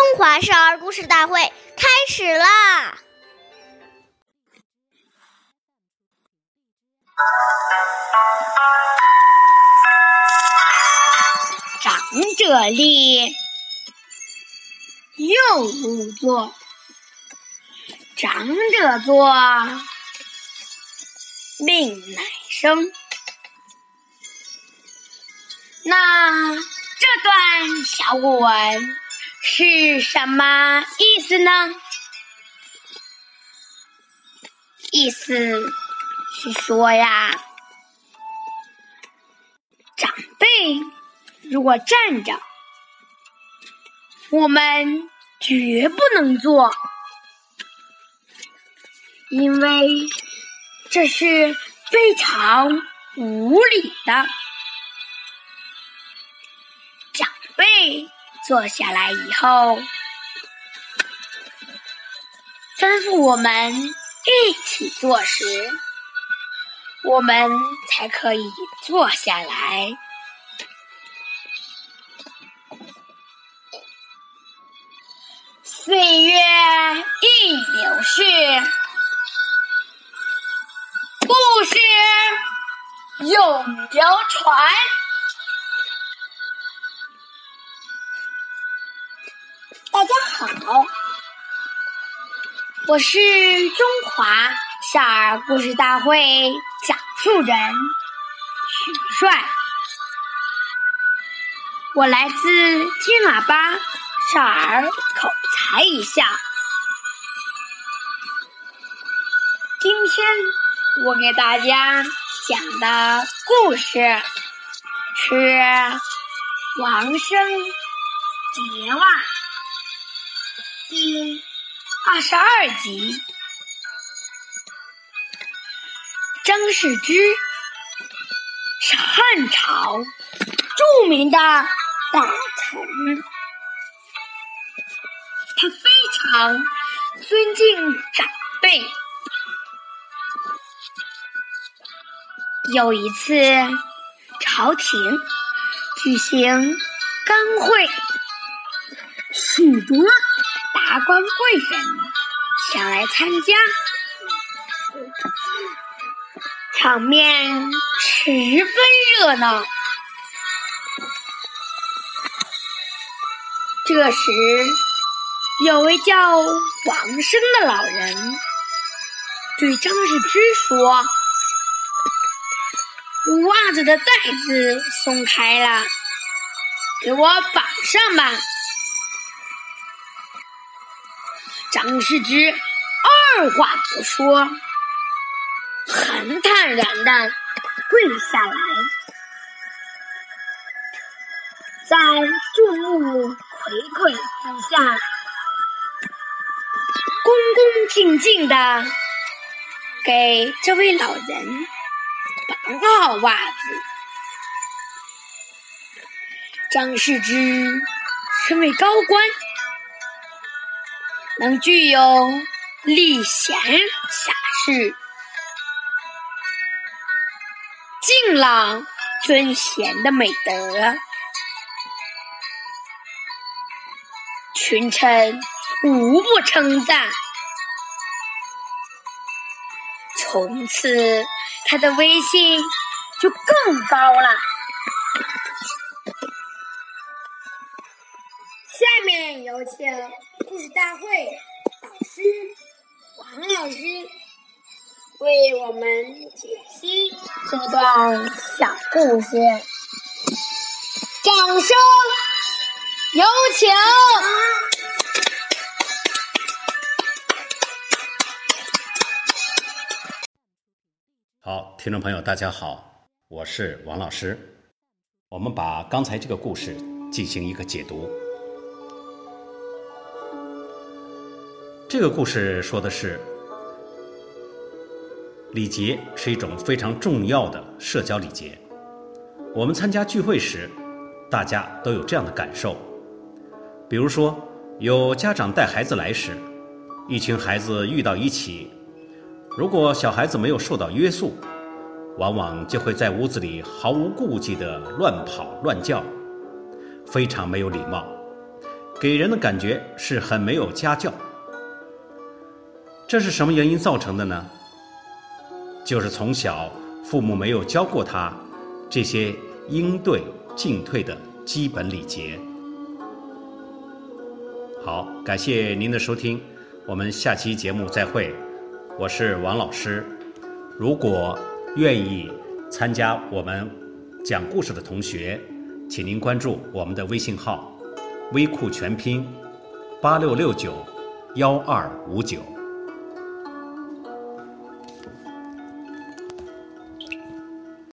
华少儿故事大会开始啦！ 长者立，幼勿坐；长者坐，命乃生。那这段小古文是什么意思呢？意思是说呀，长辈如果站着，我们绝不能坐，因为这是非常无礼的。长辈坐下来以后，吩咐我们一起坐时，我们才可以坐下来。岁月易流逝，故事永流传。大家好，我是中华少儿故事大会讲述人许帅，我来自金喇叭少儿口才艺校。今天我给大家讲的故事是王生结袜第22集。张世之是汉朝著名的大臣，他非常尊敬长辈。有一次朝廷举行干会，许多达官贵人前来参加，场面十分热闹。这时有位叫王生的老人对张世之说，袜子的带子松开了，给我绑上吧。张世之二话不说，很坦然地跪下来，在众目睽睽之下，恭恭敬敬地给这位老人绑好袜子。张世之身为高官，能具有礼贤下士、敬老尊贤的美德，群臣无不称赞。从此他的威信就更高了。下面有请故事大会导师王老师为我们解析这段小故事，掌声有请。 好，听众朋友大家好，我是王老师。我们把刚才这个故事进行一个解读。这个故事说的是，礼节是一种非常重要的社交礼节。我们参加聚会时，大家都有这样的感受。比如说，有家长带孩子来时，一群孩子遇到一起，如果小孩子没有受到约束，往往就会在屋子里毫无顾忌地乱跑乱叫，非常没有礼貌。 给人的感觉是很没有家教。这是什么原因造成的呢？就是从小父母没有教过他这些应对进退的基本礼节。好，感谢您的收听，我们下期节目再会。我是王老师。如果愿意参加我们讲故事的同学，请您关注我们的微信号微库全拼86691259。